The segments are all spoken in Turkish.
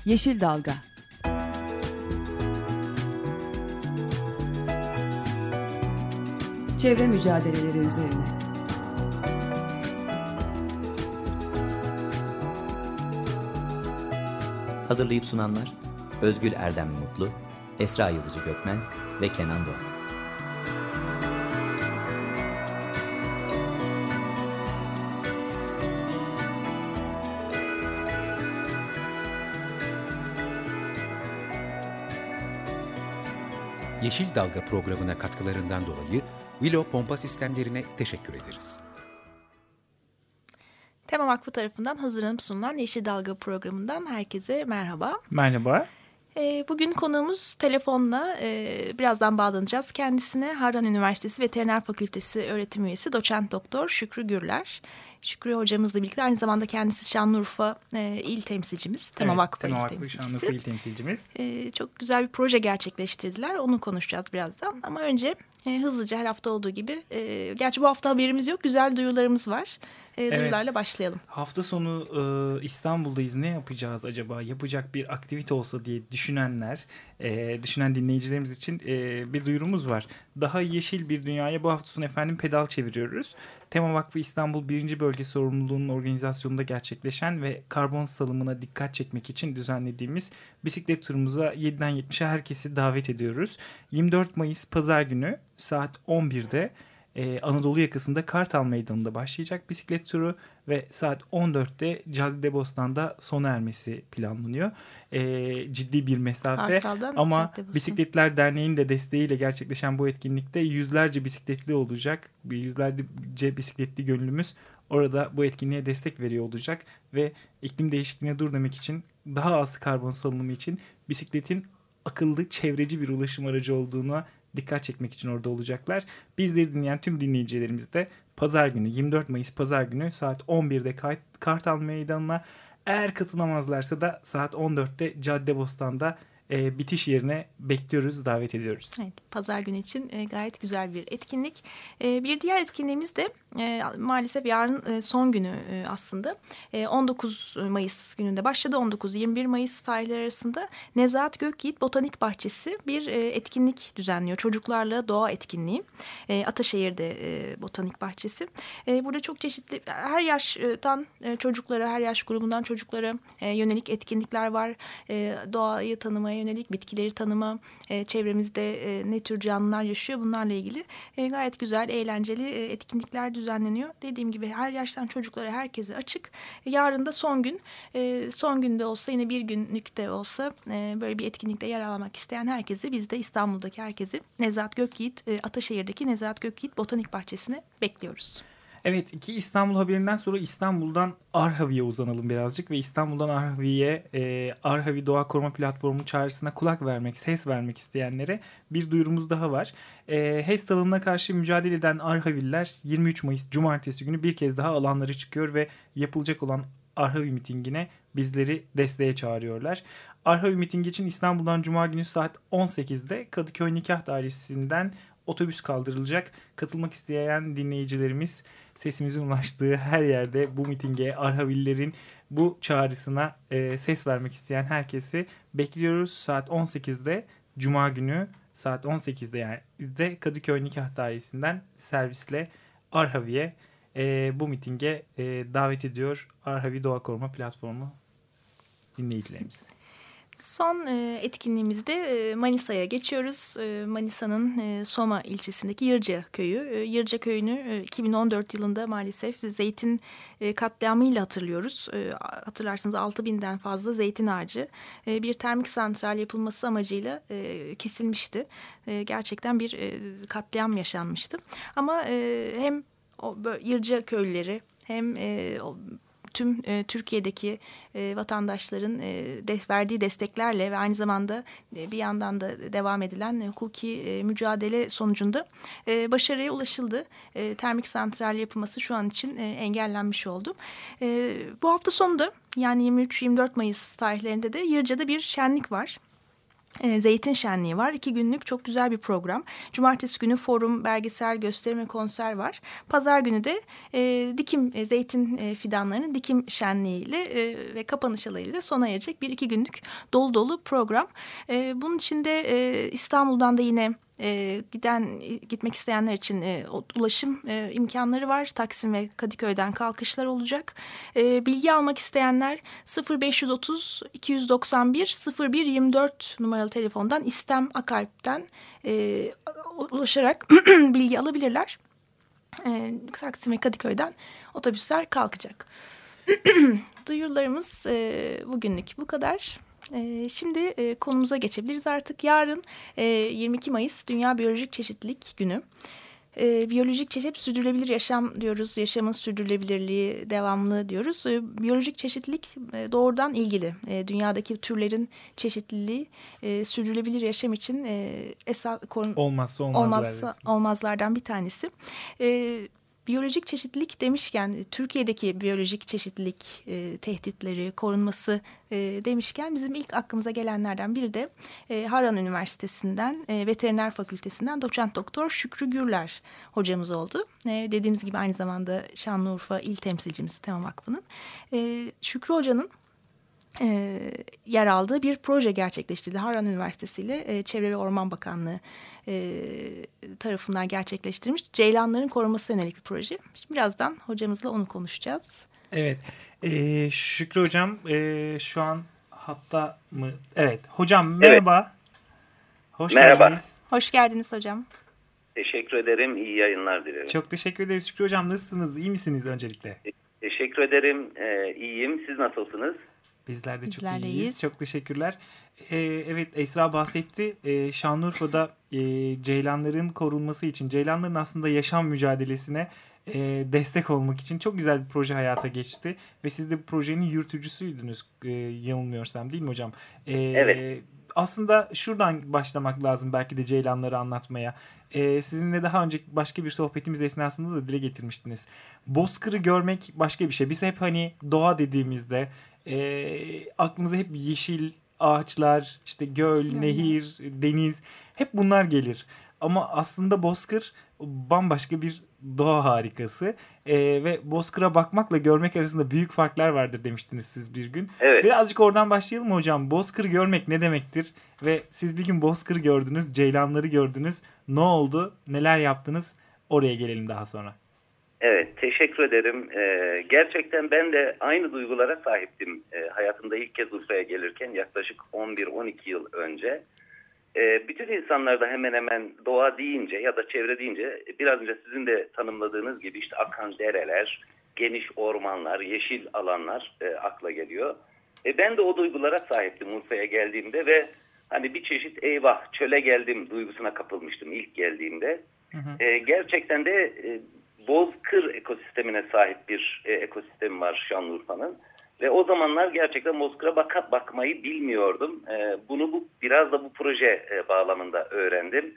Yeşil Dalga. Çevre mücadeleleri üzerine. Hazırlayıp sunanlar Özgül Erdem Mutlu, Esra Yazıcı Gökmen ve Kenan Doğan. Yeşil Dalga programına katkılarından dolayı Willow Pompa Sistemlerine teşekkür ederiz. Tema Vakfı tarafından hazırlanıp sunulan Yeşil Dalga programından herkese merhaba. Merhaba. Bugün konuğumuz telefonla birazdan bağlanacağız kendisine. Harran Üniversitesi Veteriner Fakültesi öğretim üyesi doçent doktor Şükrü Gürler. Şükrü hocamızla birlikte aynı zamanda kendisi Şanlıurfa il temsilcimiz. Tema Vakfı il temsilcisi. Şanlıurfa il temsilcimiz. Çok güzel bir proje gerçekleştirdiler. Onu konuşacağız birazdan. Ama önce hızlıca her hafta olduğu gibi. Gerçi bu hafta haberimiz yok. Güzel duyularımız var. Duyularla başlayalım. Hafta sonu İstanbul'dayız. Ne yapacağız acaba? Yapacak bir aktivite olsa diye düşünen dinleyicilerimiz için bir duyurumuz var. Daha yeşil bir dünyaya bu hafta sonu pedal çeviriyoruz. Tema Vakfı İstanbul 1. Bölge Sorumluluğu'nun organizasyonunda gerçekleşen ve karbon salımına dikkat çekmek için düzenlediğimiz bisiklet turumuza 7'den 70'e herkesi davet ediyoruz. 24 Mayıs Pazar günü saat 11'de Anadolu yakasında Kartal Meydanı'nda başlayacak bisiklet turu ve saat 14'te Caddebostan'da sona ermesi planlanıyor. Ciddi bir mesafe Kartal'dan ama Bisikletler Derneği'nin de desteğiyle gerçekleşen bu etkinlikte yüzlerce bisikletli olacak. Yüzlerce bisikletli gönüllümüz orada bu etkinliğe destek veriyor olacak ve iklim değişikliğine dur demek için, daha az karbon salınımı için bisikletin akıllı, çevreci bir ulaşım aracı olduğuna dikkat çekmek için orada olacaklar. Bizleri dinleyen tüm dinleyicilerimiz de Pazar günü 24 Mayıs Pazar günü saat 11'de Kartal Meydanı'na, eğer katılamazlarsa da saat 14'te Caddebostan'da bitiş yerine bekliyoruz, davet ediyoruz. Evet, Pazar günü için gayet güzel bir etkinlik. Bir diğer etkinliğimiz de maalesef yarın son günü aslında. 19 Mayıs gününde başladı. 19-21 Mayıs tarihleri arasında Nezahat Gökyiğit Botanik Bahçesi bir etkinlik düzenliyor. Çocuklarla doğa etkinliği. Ataşehir'de Botanik Bahçesi. Burada çok çeşitli, her yaştan çocuklara, her yaş grubundan çocuklara yönelik etkinlikler var. Doğayı tanımaya yönelik, bitkileri tanıma, çevremizde ne tür canlılar yaşıyor, bunlarla ilgili gayet güzel, eğlenceli etkinlikler düzenleniyor. Dediğim gibi her yaştan çocuklara, herkese açık. Yarın da son gün. Son günde olsa, yine bir günlük de olsa böyle bir etkinlikte yer almak isteyen herkesi, biz de İstanbul'daki herkesi Nezahat Gökyiğit, Ataşehir'deki Nezahat Gökyiğit Botanik Bahçesi'ne bekliyoruz. Evet, iki İstanbul haberinden sonra İstanbul'dan Arhavi'ye uzanalım birazcık ve İstanbul'dan Arhavi'ye, Arhavi Doğa Koruma Platformu çağrısına kulak vermek, ses vermek isteyenlere bir duyurumuz daha var. HES salınımına karşı mücadele eden Arhavililer 23 Mayıs Cumartesi günü bir kez daha alanlara çıkıyor ve yapılacak olan Arhavi mitingine bizleri desteğe çağırıyorlar. Arhavi mitingi için İstanbul'dan Cuma günü saat 18'de Kadıköy Nikah Dairesi'nden otobüs kaldırılacak. Katılmak isteyen dinleyicilerimiz, sesimizin ulaştığı her yerde bu mitinge, Arhavililerin bu çağrısına ses vermek isteyen herkesi bekliyoruz. Saat 18'de Cuma günü saat 18'de yani de Kadıköy Nikah Dairesi'nden servisle Arhavi'ye bu mitinge davet ediyor Arhavi Doğa Koruma Platformu dinleyicilerimiz. Son etkinliğimizde Manisa'ya geçiyoruz. Manisa'nın Soma ilçesindeki Yırca Köyü. Yırca Köyü'nü 2014 yılında maalesef zeytin katliamıyla hatırlıyoruz. Hatırlarsınız 6.000'den fazla zeytin ağacı bir termik santral yapılması amacıyla kesilmişti. Gerçekten bir katliam yaşanmıştı. Ama hem Yırca köylüleri hem tüm Türkiye'deki vatandaşların verdiği desteklerle ve aynı zamanda bir yandan da devam edilen hukuki mücadele sonucunda başarıya ulaşıldı. Termik santral yapılması şu an için engellenmiş oldu. Bu hafta sonunda, yani 23-24 Mayıs tarihlerinde de Yırca'da bir şenlik var. Zeytin Şenliği var. 2 günlük çok güzel bir program. Cumartesi günü forum, belgesel, gösterim ve konser var. Pazar günü de zeytin fidanlarının dikim şenliğiyle ve kapanış alayıyla sona erecek bir 2 günlük dolu dolu program. Bunun içinde İstanbul'dan da yine gitmek isteyenler için ulaşım imkanları var. Taksim ve Kadıköy'den kalkışlar olacak. Bilgi almak isteyenler 0530 291 0124 numaralı telefondan İstem Akalp'ten ulaşarak bilgi alabilirler. Taksim ve Kadıköy'den otobüsler kalkacak. Duyurularımız bugünlük bu kadar. Şimdi konumuza geçebiliriz artık. Yarın 22 Mayıs Dünya Biyolojik Çeşitlilik Günü. Biyolojik çeşit sürdürülebilir yaşam diyoruz. Yaşamın sürdürülebilirliği devamlı diyoruz. Biyolojik çeşitlilik doğrudan ilgili. Dünyadaki türlerin çeşitliliği sürdürülebilir yaşam için olmazlardan bir tanesi. Biyolojik çeşitlilik demişken, Türkiye'deki biyolojik çeşitlilik tehditleri, korunması demişken bizim ilk aklımıza gelenlerden biri de Harran Üniversitesi'nden, Veteriner Fakültesinden doçent doktor Şükrü Gürler hocamız oldu. Dediğimiz gibi aynı zamanda Şanlıurfa İl Temsilcimiz Tema Vakfı'nın. Şükrü Hoca'nın yer aldığı bir proje gerçekleştirildi. Harran Üniversitesi ile Çevre ve Orman Bakanlığı tarafından gerçekleştirilmiş ceylanların korunması yönelik bir proje. Şimdi birazdan hocamızla onu konuşacağız. Evet. Şükrü Hocam şu an hatta mı? Evet. Hocam merhaba. Evet. Merhaba. Geldiniz. Hoş geldiniz hocam. Teşekkür ederim. İyi yayınlar dilerim. Çok teşekkür ederiz Şükrü Hocam. Nasılsınız? İyi misiniz öncelikle? Teşekkür ederim. İyiyim. Siz nasılsınız? Bizler de çok iyiyiz. Çok teşekkürler. Evet, Esra bahsetti. Şanlıurfa'da ceylanların korunması için, ceylanların aslında yaşam mücadelesine destek olmak için çok güzel bir proje hayata geçti. Ve siz de bu projenin yürütücüsüydünüz yanılmıyorsam, değil mi hocam? Evet. Aslında şuradan başlamak lazım belki de ceylanları anlatmaya. Sizinle daha önce başka bir sohbetimiz esnasında da dile getirmiştiniz. Bozkır'ı görmek başka bir şey. Biz hep hani doğa dediğimizde aklımıza hep yeşil ağaçlar, işte göl, nehir, deniz, hep bunlar gelir. Ama aslında bozkır bambaşka bir doğa harikası ve bozkıra bakmakla görmek arasında büyük farklar vardır demiştiniz siz bir gün. Evet. Birazcık oradan başlayalım mı hocam? Bozkır görmek ne demektir? Ve siz bir gün bozkırı gördünüz, ceylanları gördünüz. Ne oldu? Neler yaptınız? Oraya gelelim daha sonra. Evet, teşekkür ederim. Gerçekten ben de aynı duygulara sahiptim. Hayatımda ilk kez Urfa'ya gelirken yaklaşık 11-12 yıl önce. Bütün insanlar da hemen hemen doğa deyince ya da çevre deyince biraz önce sizin de tanımladığınız gibi işte akan dereler, geniş ormanlar, yeşil alanlar akla geliyor. Ben de o duygulara sahiptim Urfa'ya geldiğimde ve hani bir çeşit eyvah çöle geldim duygusuna kapılmıştım ilk geldiğimde. Gerçekten de bozkır ekosistemine sahip bir ekosistem var Şanlıurfa'nın. Ve o zamanlar gerçekten bozkıra bakmayı bilmiyordum. Bunu biraz da bu proje bağlamında öğrendim.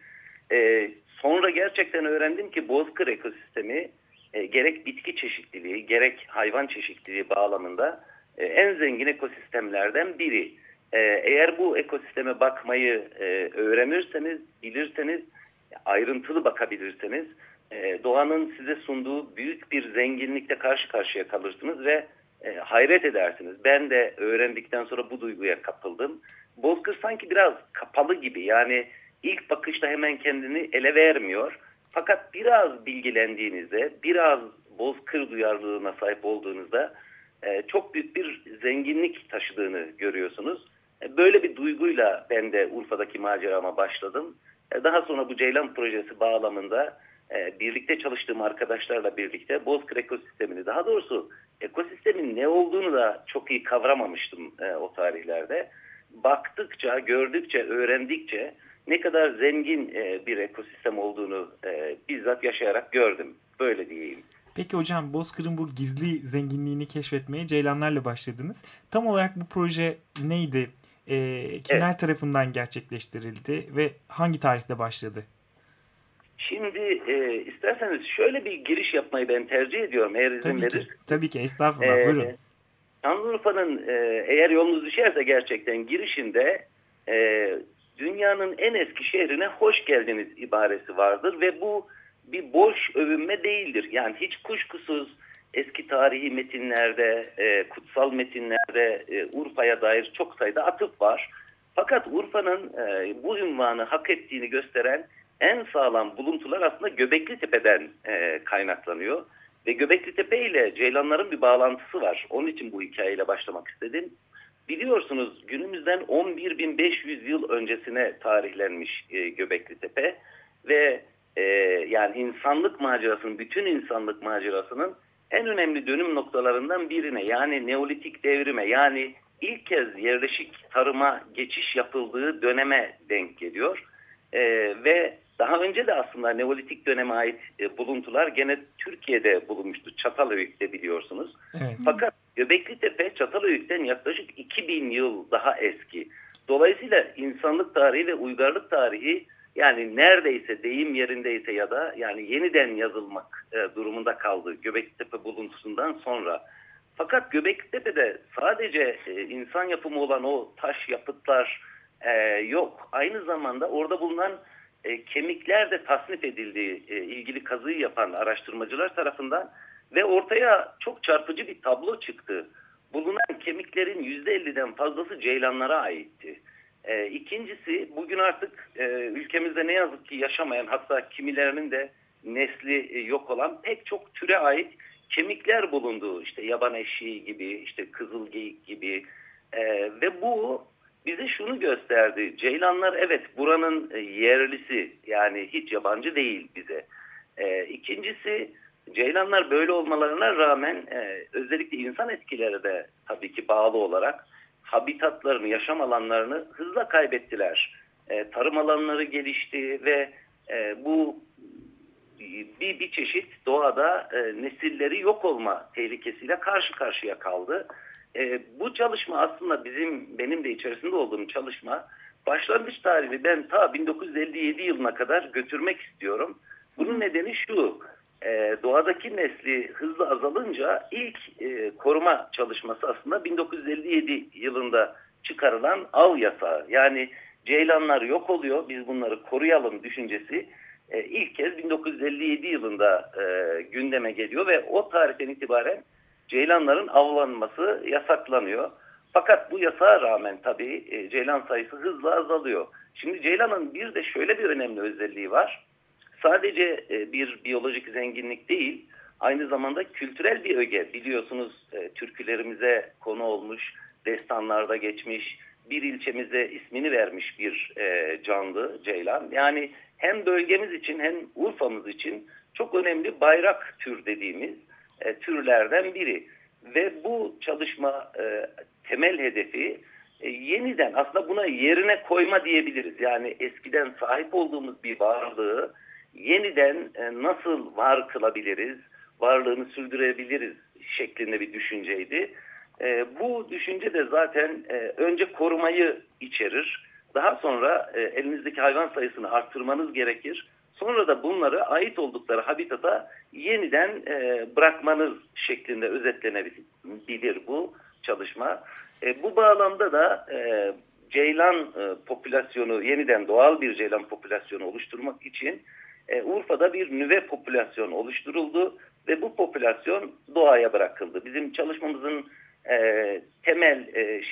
Sonra gerçekten öğrendim ki bozkır ekosistemi gerek bitki çeşitliliği gerek hayvan çeşitliliği bağlamında en zengin ekosistemlerden biri. Eğer bu ekosisteme bakmayı öğrenirseniz, bilirseniz, ayrıntılı bakabilirseniz doğanın size sunduğu büyük bir zenginlikle karşı karşıya kalırsınız ve hayret edersiniz. Ben de öğrendikten sonra bu duyguya kapıldım. Bozkır sanki biraz kapalı gibi, yani ilk bakışta hemen kendini ele vermiyor. Fakat biraz bilgilendiğinizde, biraz bozkır duyarlılığına sahip olduğunuzda çok büyük bir zenginlik taşıdığını görüyorsunuz. Böyle bir duyguyla ben de Urfa'daki macerama başladım. Daha sonra bu Ceylan projesi bağlamında birlikte çalıştığım arkadaşlarla birlikte bozkır ekosistemini, daha doğrusu ekosistemin ne olduğunu da çok iyi kavramamıştım o tarihlerde. Baktıkça, gördükçe, öğrendikçe ne kadar zengin bir ekosistem olduğunu bizzat yaşayarak gördüm. Böyle diyeyim. Peki hocam, bozkırın bu gizli zenginliğini keşfetmeye ceylanlarla başladınız. Tam olarak bu proje neydi? Kimler tarafından gerçekleştirildi ve hangi tarihte başladı? Şimdi isterseniz şöyle bir giriş yapmayı ben tercih ediyorum eğer izin verirseniz. Tabii ki, estağfurullah, buyurun. Şanlıurfa'nın eğer yolunuz düşerse gerçekten girişinde dünyanın en eski şehrine hoş geldiniz ibaresi vardır ve bu bir boş övünme değildir. Yani hiç kuşkusuz eski tarihi metinlerde, kutsal metinlerde Urfa'ya dair çok sayıda atıf var. Fakat Urfa'nın bu ünvanı hak ettiğini gösteren en sağlam buluntular aslında Göbekli Tepe'den kaynaklanıyor. Ve Göbekli Tepe ile Ceylanların bir bağlantısı var. Onun için bu hikayeyle başlamak istedim. Biliyorsunuz günümüzden 11.500 yıl öncesine tarihlenmiş Göbekli Tepe ve yani insanlık macerasının, bütün insanlık macerasının en önemli dönüm noktalarından birine, yani Neolitik devrime, yani ilk kez yerleşik tarıma geçiş yapıldığı döneme denk geliyor. Ve daha önce de aslında Neolitik döneme ait buluntular gene Türkiye'de bulunmuştu. Çatalhöyük'te biliyorsunuz. Evet. Fakat Göbekli Tepe Çatalhöyük'ten yaklaşık 2000 yıl daha eski. Dolayısıyla insanlık tarihi ve uygarlık tarihi yani neredeyse deyim yerindeyse ya da yani yeniden yazılmak durumunda kaldı Göbekli Tepe buluntusundan sonra. Fakat Göbekli Tepe'de sadece insan yapımı olan o taş yapıtlar yok. Aynı zamanda orada bulunan kemikler de tasnif edildi ilgili kazıyı yapan araştırmacılar tarafından ve ortaya çok çarpıcı bir tablo çıktı. Bulunan kemiklerin %50'den fazlası ceylanlara aitti. İkincisi bugün artık ülkemizde ne yazık ki yaşamayan, hatta kimilerinin de nesli yok olan pek çok türe ait kemikler bulundu. İşte yaban eşeği gibi, işte kızılgeyik gibi ve bu bize şunu gösterdi. Ceylanlar evet buranın yerlisi, yani hiç yabancı değil bize. İkincisi ceylanlar böyle olmalarına rağmen özellikle insan etkileri de tabii ki bağlı olarak habitatlarını, yaşam alanlarını hızla kaybettiler. Tarım alanları gelişti ve bu bir çeşit doğada nesilleri yok olma tehlikesiyle karşı karşıya kaldı. Bu çalışma aslında benim de içerisinde olduğum çalışma, başlangıç tarihini ben ta 1957 yılına kadar götürmek istiyorum. Bunun nedeni şu, doğadaki nesli hızla azalınca ilk koruma çalışması aslında 1957 yılında çıkarılan av yasağı. Yani ceylanlar yok oluyor, biz bunları koruyalım düşüncesi ilk kez 1957 yılında gündeme geliyor ve o tarihten itibaren ceylanların avlanması yasaklanıyor. Fakat bu yasağa rağmen tabii ceylan sayısı hızla azalıyor. Şimdi ceylanın bir de şöyle bir önemli özelliği var. Sadece bir biyolojik zenginlik değil, aynı zamanda kültürel bir öge. Biliyorsunuz türkülerimize konu olmuş, destanlarda geçmiş, bir ilçemize ismini vermiş bir canlı ceylan. Yani hem bölgemiz için hem Urfa'mız için çok önemli bayrak tür dediğimiz türlerden biri. Ve bu çalışma temel hedefi yeniden aslında buna yerine koyma diyebiliriz. Yani eskiden sahip olduğumuz bir varlığı yeniden nasıl var kılabiliriz, varlığını sürdürebiliriz şeklinde bir düşünceydi. Bu düşünce de zaten önce korumayı içerir. Daha sonra elinizdeki hayvan sayısını arttırmanız gerekir. Sonra da bunları ait oldukları habitata yeniden bırakmanız şeklinde özetlenebilir bu çalışma. Bu bağlamda da ceylan popülasyonu, yeniden doğal bir ceylan popülasyonu oluşturmak için Urfa'da bir nüve popülasyonu oluşturuldu ve bu popülasyon doğaya bırakıldı. Bizim çalışmamızın temel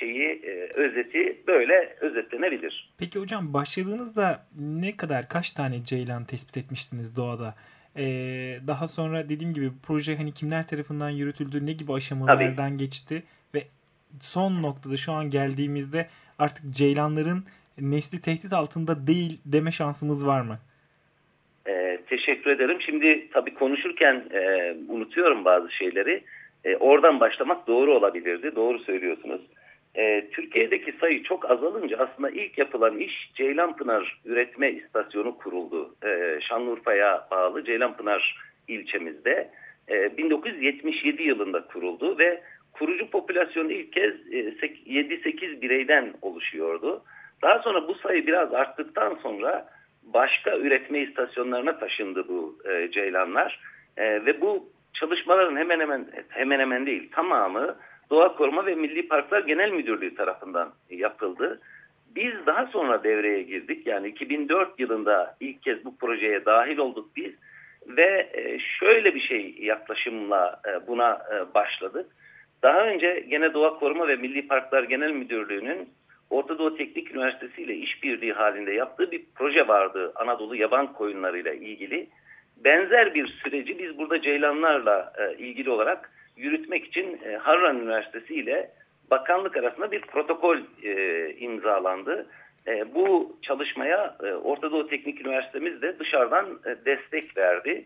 özeti böyle özetlenebilir. Peki hocam, başladığınızda kaç tane ceylan tespit etmiştiniz doğada? Daha sonra dediğim gibi proje kimler tarafından yürütüldü, ne gibi aşamalardan geçti ve son noktada şu an geldiğimizde artık ceylanların nesli tehdit altında değil deme şansımız var mı? Teşekkür ederim. Şimdi tabii konuşurken unutuyorum bazı şeyleri. Oradan başlamak doğru olabilirdi. Doğru söylüyorsunuz. Türkiye'deki sayı çok azalınca aslında ilk yapılan iş Ceylanpınar Üretme İstasyonu kuruldu. Şanlıurfa'ya bağlı Ceylanpınar ilçemizde 1977 yılında kuruldu ve kurucu popülasyon ilk kez 7-8 bireyden oluşuyordu. Daha sonra bu sayı biraz arttıktan sonra başka üretme istasyonlarına taşındı bu ceylanlar ve bu çalışmaların hemen hemen değil tamamı Doğa Koruma ve Milli Parklar Genel Müdürlüğü tarafından yapıldı. Biz daha sonra devreye girdik. Yani 2004 yılında ilk kez bu projeye dahil olduk biz. Ve şöyle bir şey yaklaşımla buna başladık. Daha önce gene Doğa Koruma ve Milli Parklar Genel Müdürlüğü'nün Orta Doğu Teknik Üniversitesi ile işbirliği halinde yaptığı bir proje vardı. Anadolu yaban koyunları ile ilgili. Benzer bir süreci biz burada ceylanlarla ilgili olarak yürütmek için Harran Üniversitesi ile bakanlık arasında bir protokol imzalandı. Bu çalışmaya Orta Doğu Teknik Üniversitemiz de dışarıdan destek verdi.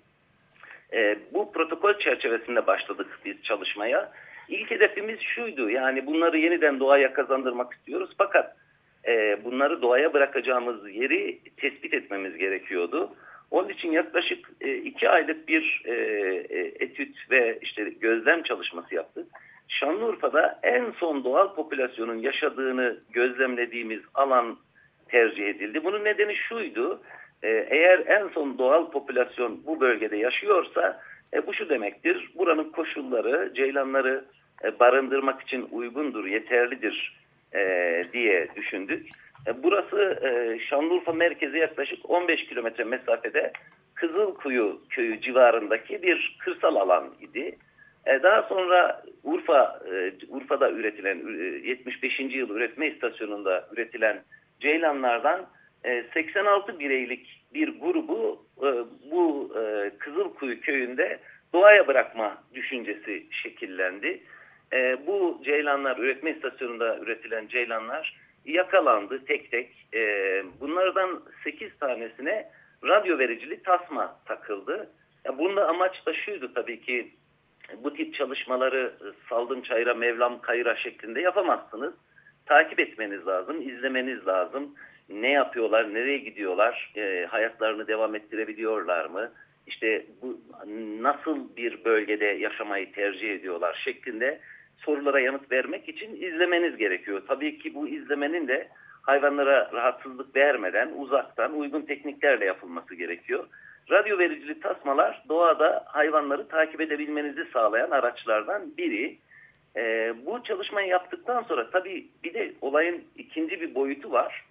Bu protokol çerçevesinde başladık biz çalışmaya. İlk hedefimiz şuydu, yani bunları yeniden doğaya kazandırmak istiyoruz. Fakat bunları doğaya bırakacağımız yeri tespit etmemiz gerekiyordu. Onun için yaklaşık 2 aylık bir etüt ve işte gözlem çalışması yaptık. Şanlıurfa'da en son doğal popülasyonun yaşadığını gözlemlediğimiz alan tercih edildi. Bunun nedeni şuydu, eğer en son doğal popülasyon bu bölgede yaşıyorsa bu şu demektir, buranın koşulları ceylanları barındırmak için uygundur, yeterlidir diye düşündük. Burası Şanlıurfa merkeze yaklaşık 15 kilometre mesafede Kızılkuyu köyü civarındaki bir kırsal alan idi. Daha sonra Urfa'da üretilen 75. yıl üretme istasyonunda üretilen ceylanlardan 86 bireylik bir grubu bu Kızılkuyu köyünde doğaya bırakma düşüncesi şekillendi. Bu ceylanlar, üretme istasyonunda üretilen ceylanlar yakalandı tek tek. Bunlardan 8 tanesine radyo vericili tasma takıldı. Bunda amaç da şuydu tabii ki, bu tip çalışmaları saldım çayıra mevlam kayıra şeklinde yapamazsınız. Takip etmeniz lazım, izlemeniz lazım. Ne yapıyorlar, nereye gidiyorlar, hayatlarını devam ettirebiliyorlar mı? İşte bu nasıl bir bölgede yaşamayı tercih ediyorlar şeklinde sorulara yanıt vermek için izlemeniz gerekiyor. Tabii ki bu izlemenin de hayvanlara rahatsızlık vermeden uzaktan uygun tekniklerle yapılması gerekiyor. Radyo vericili tasmalar doğada hayvanları takip edebilmenizi sağlayan araçlardan biri. Bu çalışmayı yaptıktan sonra tabii bir de olayın ikinci bir boyutu var.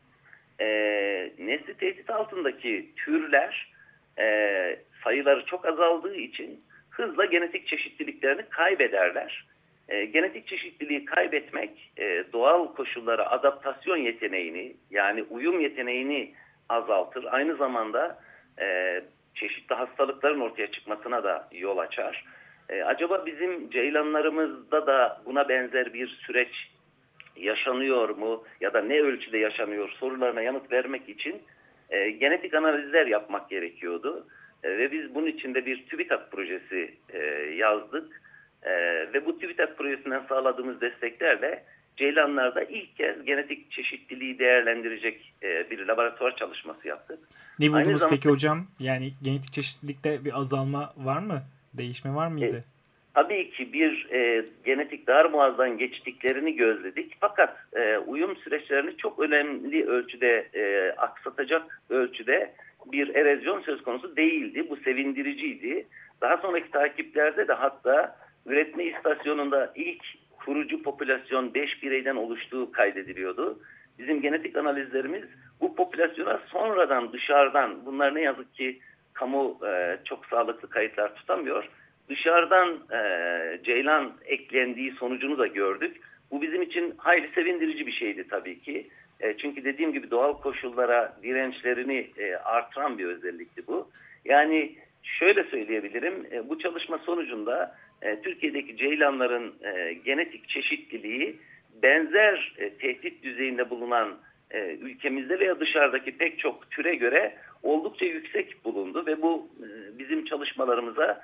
Nesli tehdit altındaki türler sayıları çok azaldığı için hızla genetik çeşitliliklerini kaybederler. Genetik çeşitliliği kaybetmek doğal koşullara adaptasyon yeteneğini, yani uyum yeteneğini azaltır. Aynı zamanda çeşitli hastalıkların ortaya çıkmasına da yol açar. Acaba bizim ceylanlarımızda da buna benzer bir süreç yaşanıyor mu ya da ne ölçüde yaşanıyor sorularına yanıt vermek için genetik analizler yapmak gerekiyordu. Ve biz bunun için de bir TÜBİTAK projesi yazdık. Ve bu TÜBİTAK projesinden sağladığımız desteklerle ceylanlarda ilk kez genetik çeşitliliği değerlendirecek bir laboratuvar çalışması yaptık. Ne buldunuz peki hocam? Yani genetik çeşitlilikte bir azalma var mı? Değişme var mıydı? Tabii ki bir genetik darboğazdan geçtiklerini gözledik. Fakat uyum süreçlerini çok önemli ölçüde aksatacak ölçüde bir erozyon söz konusu değildi. Bu sevindiriciydi. Daha sonraki takiplerde de hatta üretme istasyonunda ilk kurucu popülasyon 5 bireyden oluştuğu kaydediliyordu. Bizim genetik analizlerimiz bu popülasyona sonradan dışarıdan, bunlar ne yazık ki kamu çok sağlıklı kayıtlar tutamıyor, dışarıdan ceylan eklendiği sonucunu da gördük. Bu bizim için hayli sevindirici bir şeydi tabii ki. Çünkü dediğim gibi doğal koşullara dirençlerini artıran bir özellikti bu. Yani şöyle söyleyebilirim, bu çalışma sonucunda Türkiye'deki ceylanların genetik çeşitliliği benzer tehdit düzeyinde bulunan ülkemizde veya dışarıdaki pek çok türe göre oldukça yüksek bulundu ve bu bizim çalışmalarımıza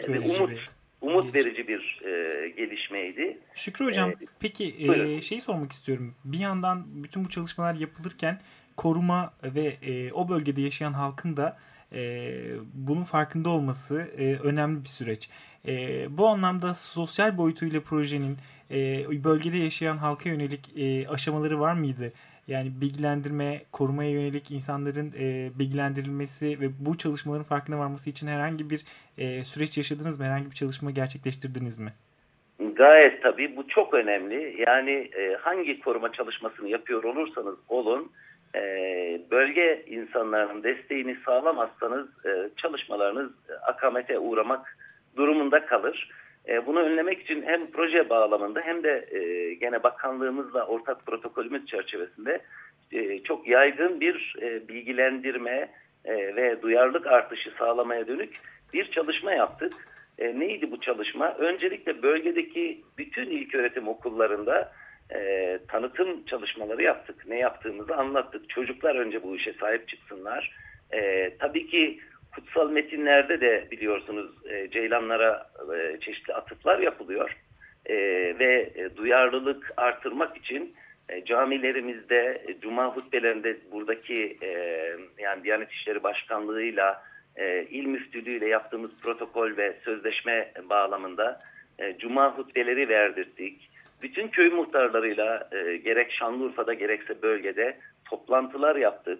umut verici bir gelişmeydi. Şükrü Hocam, peki şeyi sormak istiyorum. Bir yandan bütün bu çalışmalar yapılırken koruma ve o bölgede yaşayan halkın da bunun farkında olması önemli bir süreç. Bu anlamda sosyal boyutuyla projenin bölgede yaşayan halka yönelik aşamaları var mıydı? Yani bilgilendirme, korumaya yönelik insanların bilgilendirilmesi ve bu çalışmaların farkına varması için herhangi bir süreç yaşadınız mı? Herhangi bir çalışma gerçekleştirdiniz mi? Gayet tabii bu çok önemli. Yani hangi koruma çalışmasını yapıyor olursanız olun, bölge insanlarının desteğini sağlamazsanız çalışmalarınız akamete uğramak durumunda kalır. Bunu önlemek için hem proje bağlamında hem de gene bakanlığımızla ortak protokolümüz çerçevesinde çok yaygın bir bilgilendirme ve duyarlılık artışı sağlamaya dönük bir çalışma yaptık. Neydi bu çalışma? Öncelikle bölgedeki bütün ilköğretim okullarında tanıtım çalışmaları yaptık. Ne yaptığımızı anlattık. Çocuklar önce bu işe sahip çıksınlar. Tabii ki kutsal metinlerde de biliyorsunuz ceylanlara çeşitli atıflar yapılıyor. Ve duyarlılık artırmak için camilerimizde, cuma hutbelerinde buradaki yani Diyanet İşleri Başkanlığı'yla İl Müftülüğü'yle yaptığımız protokol ve sözleşme bağlamında cuma hutbeleri verdirdik. Bütün köy muhtarlarıyla gerek Şanlıurfa'da gerekse bölgede toplantılar yaptık.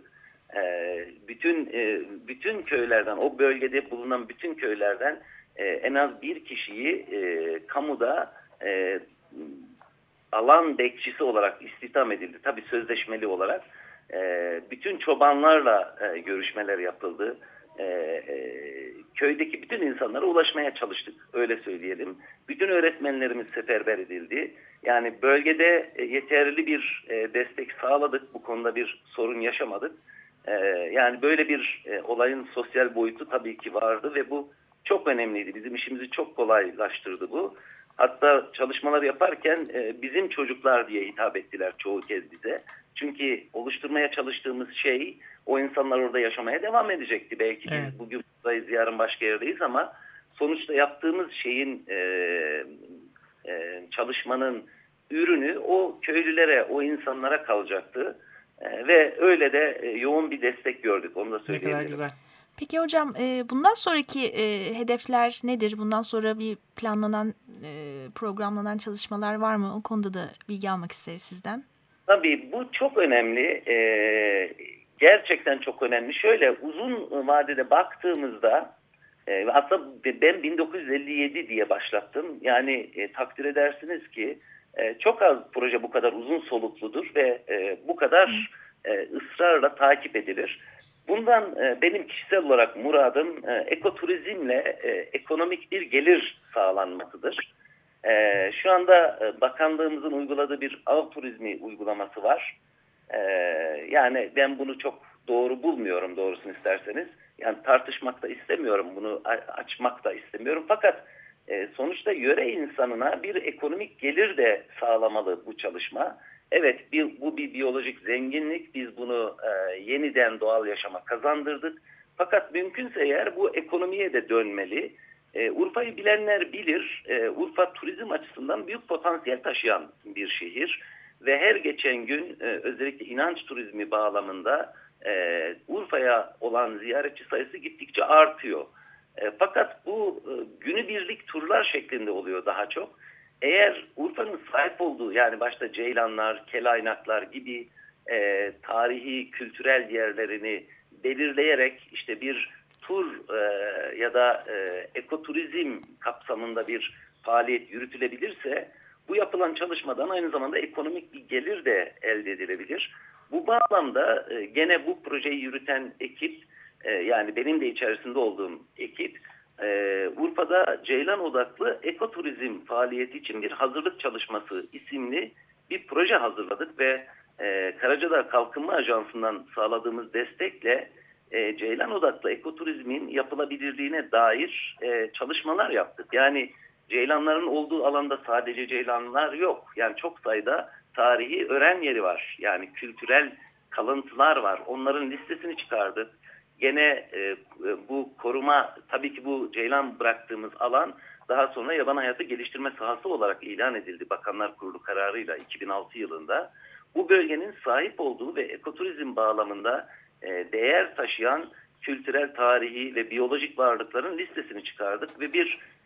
Bütün köylerden, o bölgede bulunan bütün köylerden en az bir kişiyi kamuda alan bekçisi olarak istihdam edildi. Tabii sözleşmeli olarak. Bütün çobanlarla görüşmeler yapıldı. Köydeki bütün insanlara ulaşmaya çalıştık, öyle söyleyelim. Bütün öğretmenlerimiz seferber edildi. Yani bölgede yeterli bir destek sağladık, bu konuda bir sorun yaşamadık. Yani böyle bir olayın sosyal boyutu tabii ki vardı ve bu çok önemliydi. Bizim işimizi çok kolaylaştırdı bu. Hatta çalışmalar yaparken bizim çocuklar diye hitap ettiler çoğu kez bize. Çünkü oluşturmaya çalıştığımız şey o insanlar orada yaşamaya devam edecekti. Belki biz bugün buradayız, yarın başka yerdeyiz ama sonuçta yaptığımız şeyin çalışmanın ürünü o köylülere, o insanlara kalacaktı. Ve öyle de yoğun bir destek gördük. Onu da söyleyebilirim. Ne kadar güzel. Peki hocam bundan sonraki hedefler nedir? Bundan sonra bir planlanan, programlanan çalışmalar var mı? O konuda da bilgi almak isteriz sizden. Tabii bu çok önemli. Gerçekten çok önemli. Şöyle uzun vadede baktığımızda aslında ben 1957 diye başlattım. Yani takdir edersiniz ki çok az proje bu kadar uzun solukludur ve bu kadar ısrarla takip edilir. Bundan benim kişisel olarak muradım ekoturizmle ekonomik bir gelir sağlanmasıdır. Şu anda bakanlığımızın uyguladığı bir av turizmi uygulaması var. Yani ben bunu çok doğru bulmuyorum, doğrusunu isterseniz. Yani tartışmak da istemiyorum, bunu açmak da istemiyorum. Fakat sonuçta yöre insanına bir ekonomik gelir de sağlamalı bu çalışma. Evet, bu bir biyolojik zenginlik. Biz bunu yeniden doğal yaşama kazandırdık. Fakat mümkünse eğer bu ekonomiye de dönmeli. Urfa'yı bilenler bilir. Urfa turizm açısından büyük potansiyel taşıyan bir şehir. Ve her geçen gün özellikle inanç turizmi bağlamında Urfa'ya olan ziyaretçi sayısı gittikçe artıyor. Fakat bu günübirlik turlar şeklinde oluyor daha çok. Eğer Urfa'nın sahip olduğu, yani başta Ceylanlar, Kelaynaklar gibi tarihi, kültürel yerlerini belirleyerek işte bir tur ya da ekoturizm kapsamında bir faaliyet yürütülebilirse bu yapılan çalışmadan aynı zamanda ekonomik bir gelir de elde edilebilir. Bu bağlamda gene bu projeyi yürüten ekip, yani benim de içerisinde olduğum ekip, Urfa'da Ceylan odaklı ekoturizm faaliyeti için bir hazırlık çalışması isimli bir proje hazırladık ve Karacadağ Kalkınma Ajansı'ndan sağladığımız destekle Ceylan odaklı ekoturizmin yapılabilirliğine dair çalışmalar yaptık. Yani ceylanların olduğu alanda sadece ceylanlar yok. Yani çok sayıda tarihi öğren yeri var. Yani kültürel kalıntılar var. Onların listesini çıkardık. Gene bu koruma, tabii ki bu ceylan bıraktığımız alan daha sonra yaban hayatı geliştirme sahası olarak ilan edildi Bakanlar Kurulu kararıyla 2006 yılında. Bu bölgenin sahip olduğu ve ekoturizm bağlamında değer taşıyan kültürel, tarihi ve biyolojik varlıkların listesini çıkardık ve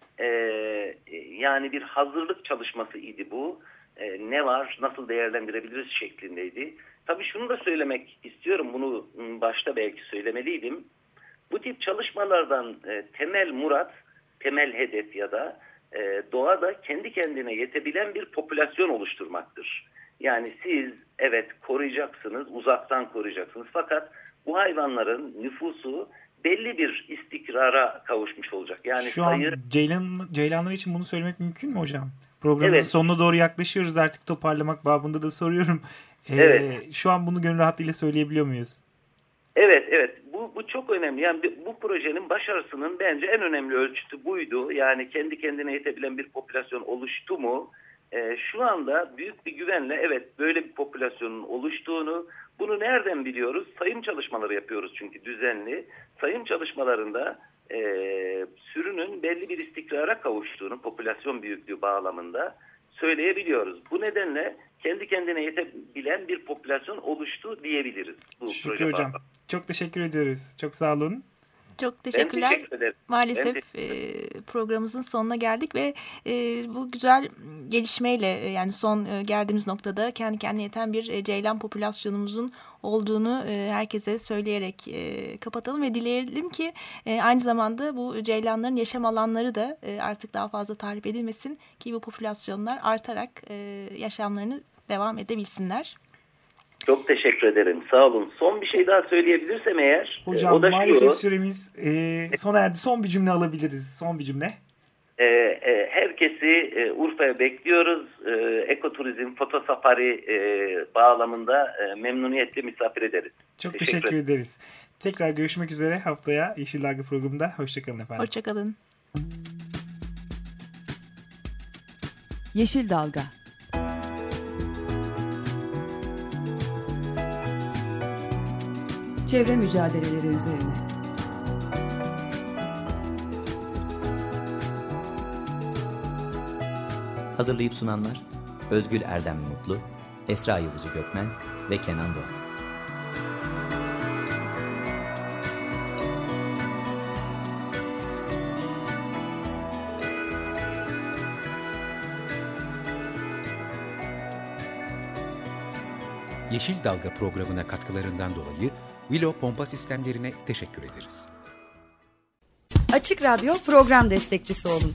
yani bir hazırlık çalışması idi bu. Ne var, nasıl değerlendirebiliriz şeklindeydi. Tabii şunu da söylemek istiyorum, bunu başta belki söylemeliydim. Bu tip çalışmalardan temel murat, temel hedef ya da doğada kendi kendine yetebilen bir popülasyon oluşturmaktır. Yani siz evet koruyacaksınız, uzaktan koruyacaksınız fakat bu hayvanların nüfusu belli bir istikrara kavuşmuş olacak. Yani şu an ceylanlar için bunu söylemek mümkün mü hocam? Programımızın sonuna doğru yaklaşıyoruz, artık toparlamak babında da soruyorum. Şu an bunu gönül rahatlığıyla söyleyebiliyor muyuz? Evet. Bu çok önemli. Yani bu projenin başarısının bence en önemli ölçütü buydu. Yani kendi kendine yetebilen bir popülasyon oluştu mu? Şu anda büyük bir güvenle evet böyle bir popülasyonun oluştuğunu, bunu nereden biliyoruz? Sayım çalışmaları yapıyoruz çünkü düzenli. Sayım çalışmalarında sürünün belli bir istikrara kavuştuğunu popülasyon büyüklüğü bağlamında söyleyebiliyoruz. Bu nedenle kendi kendine yetebilen bir popülasyon oluştu diyebiliriz. Şükrü hocam. Çok teşekkür ediyoruz. Çok sağ olun. Çok teşekkürler. Teşekkür ederim. Maalesef programımızın sonuna geldik ve bu güzel gelişmeyle yani son geldiğimiz noktada kendi kendine yeten bir ceylan popülasyonumuzun olduğunu herkese söyleyerek kapatalım ve dileyelim ki aynı zamanda bu ceylanların yaşam alanları da artık daha fazla tahrip edilmesin ki bu popülasyonlar artarak yaşamlarını devam edebilsinler. Çok teşekkür ederim. Sağ olun. Son bir şey daha söyleyebilirsem eğer. Hocam o da maalesef süremiz sona erdi. Son bir cümle alabiliriz. Son bir cümle. Herkesi Urfa'ya bekliyoruz. Ekoturizm, fotosafari bağlamında memnuniyetle misafir ederiz. Çok teşekkür ederiz. Tekrar görüşmek üzere haftaya Yeşil Dalga programında. Hoşçakalın efendim. Hoşçakalın. Yeşil Dalga. Çevre mücadeleleri üzerine. Hazırlayıp sunanlar Özgül Erdem Mutlu, Esra Yazıcı Gökmen ve Kenan Doğan. Yeşil Dalga programına katkılarından dolayı Willow Pompa Sistemlerine teşekkür ederiz. Açık Radyo program destekçisi olun.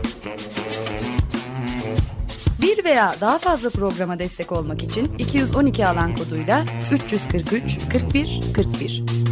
Bir veya daha fazla programa destek olmak için 212 alan koduyla 343 41 41.